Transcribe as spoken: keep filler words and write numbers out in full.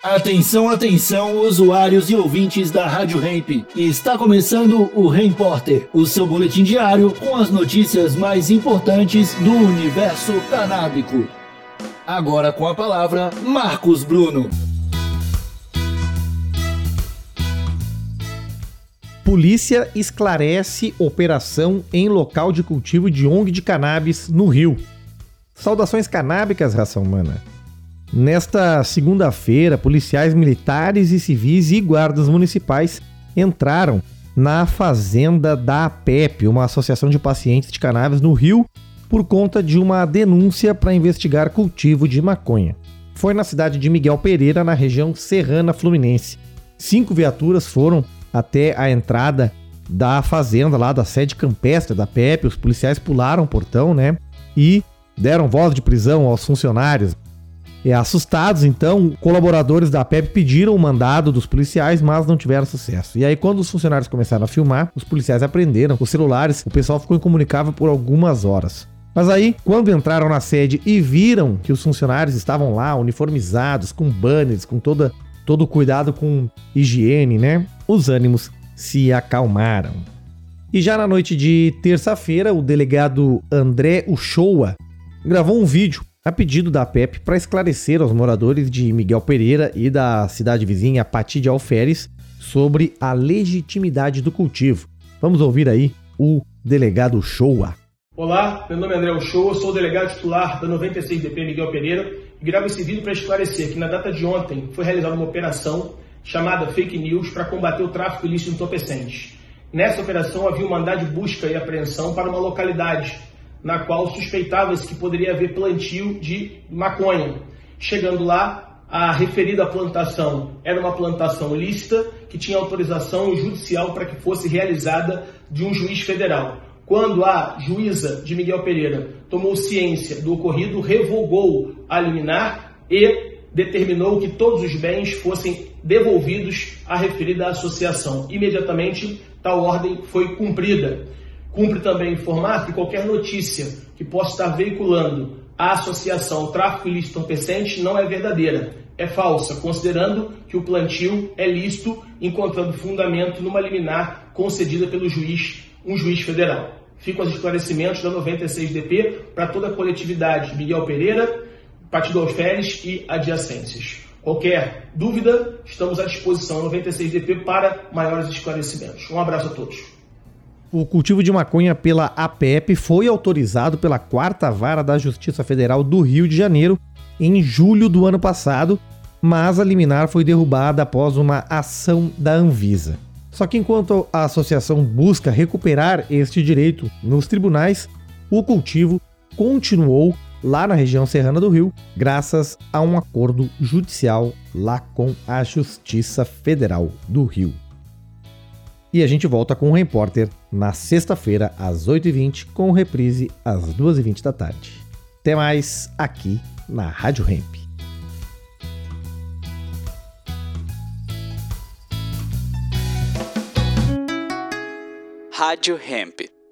Atenção, atenção, usuários e ouvintes da Rádio Hemp. Está começando o Hemporter, o seu boletim diário com as notícias mais importantes do universo canábico. Agora com a palavra, Marcos Bruno. Polícia esclarece operação em local de cultivo de O N G de cannabis no Rio. Saudações canábicas, raça humana. Nesta segunda-feira, policiais militares e civis e guardas municipais entraram na fazenda da A P E P, uma associação de pacientes de cannabis no Rio, por conta de uma denúncia para investigar cultivo de maconha. Foi na cidade de Miguel Pereira, na região serrana fluminense. Cinco viaturas foram até a entrada da fazenda, lá da sede campestre da A P E P. Os policiais pularam o portão, né? E deram voz de prisão aos funcionários. E assustados, então, colaboradores da A P E P pediram o mandado dos policiais, mas não tiveram sucesso. E aí, quando os funcionários começaram a filmar, os policiais apreenderam os celulares, o pessoal ficou incomunicável por algumas horas. Mas aí, quando entraram na sede e viram que os funcionários estavam lá, uniformizados, com banners, com toda, todo o cuidado com higiene, né? Os ânimos se acalmaram. E já na noite de terça-feira, o delegado André Uchoa gravou um vídeo a pedido da A P E P para esclarecer aos moradores de Miguel Pereira e da cidade vizinha Pati de Alferes sobre a legitimidade do cultivo. Vamos ouvir aí o delegado Uchoa. Olá, meu nome é André Uchoa, sou o delegado titular da noventa e seis D P Miguel Pereira e gravo esse vídeo para esclarecer que na data de ontem foi realizada uma operação chamada Fake News para combater o tráfico ilícito de entorpecentes. Nessa operação havia um mandado de busca e apreensão para uma localidade na qual suspeitava-se que poderia haver plantio de maconha. Chegando lá, a referida plantação era uma plantação ilícita que tinha autorização judicial para que fosse realizada de um juiz federal. Quando a juíza de Miguel Pereira tomou ciência do ocorrido, revogou a liminar e determinou que todos os bens fossem devolvidos à referida associação. Imediatamente, tal ordem foi cumprida. Cumpre também informar que qualquer notícia que possa estar veiculando a associação tráfico ilícito entorpecente não é verdadeira, é falsa, considerando que o plantio é lícito, encontrando fundamento numa liminar concedida pelo juiz, um juiz federal. Ficam os esclarecimentos da noventa e seis D P para toda a coletividade Miguel Pereira, Pati de Alferes e adjacências. Qualquer dúvida, estamos à disposição noventa e seis D P para maiores esclarecimentos. Um abraço a todos. O cultivo de maconha pela A P E P foi autorizado pela quarta Vara da Justiça Federal do Rio de Janeiro em julho do ano passado, mas a liminar foi derrubada após uma ação da Anvisa. Só que enquanto a associação busca recuperar este direito nos tribunais, o cultivo continuou lá na região serrana do Rio, graças a um acordo judicial lá com a Justiça Federal do Rio. E a gente volta com o Repórter na sexta-feira, às oito e vinte, com reprise às duas e vinte da tarde. Até mais aqui na Rádio Hemp. Rádio Hemp.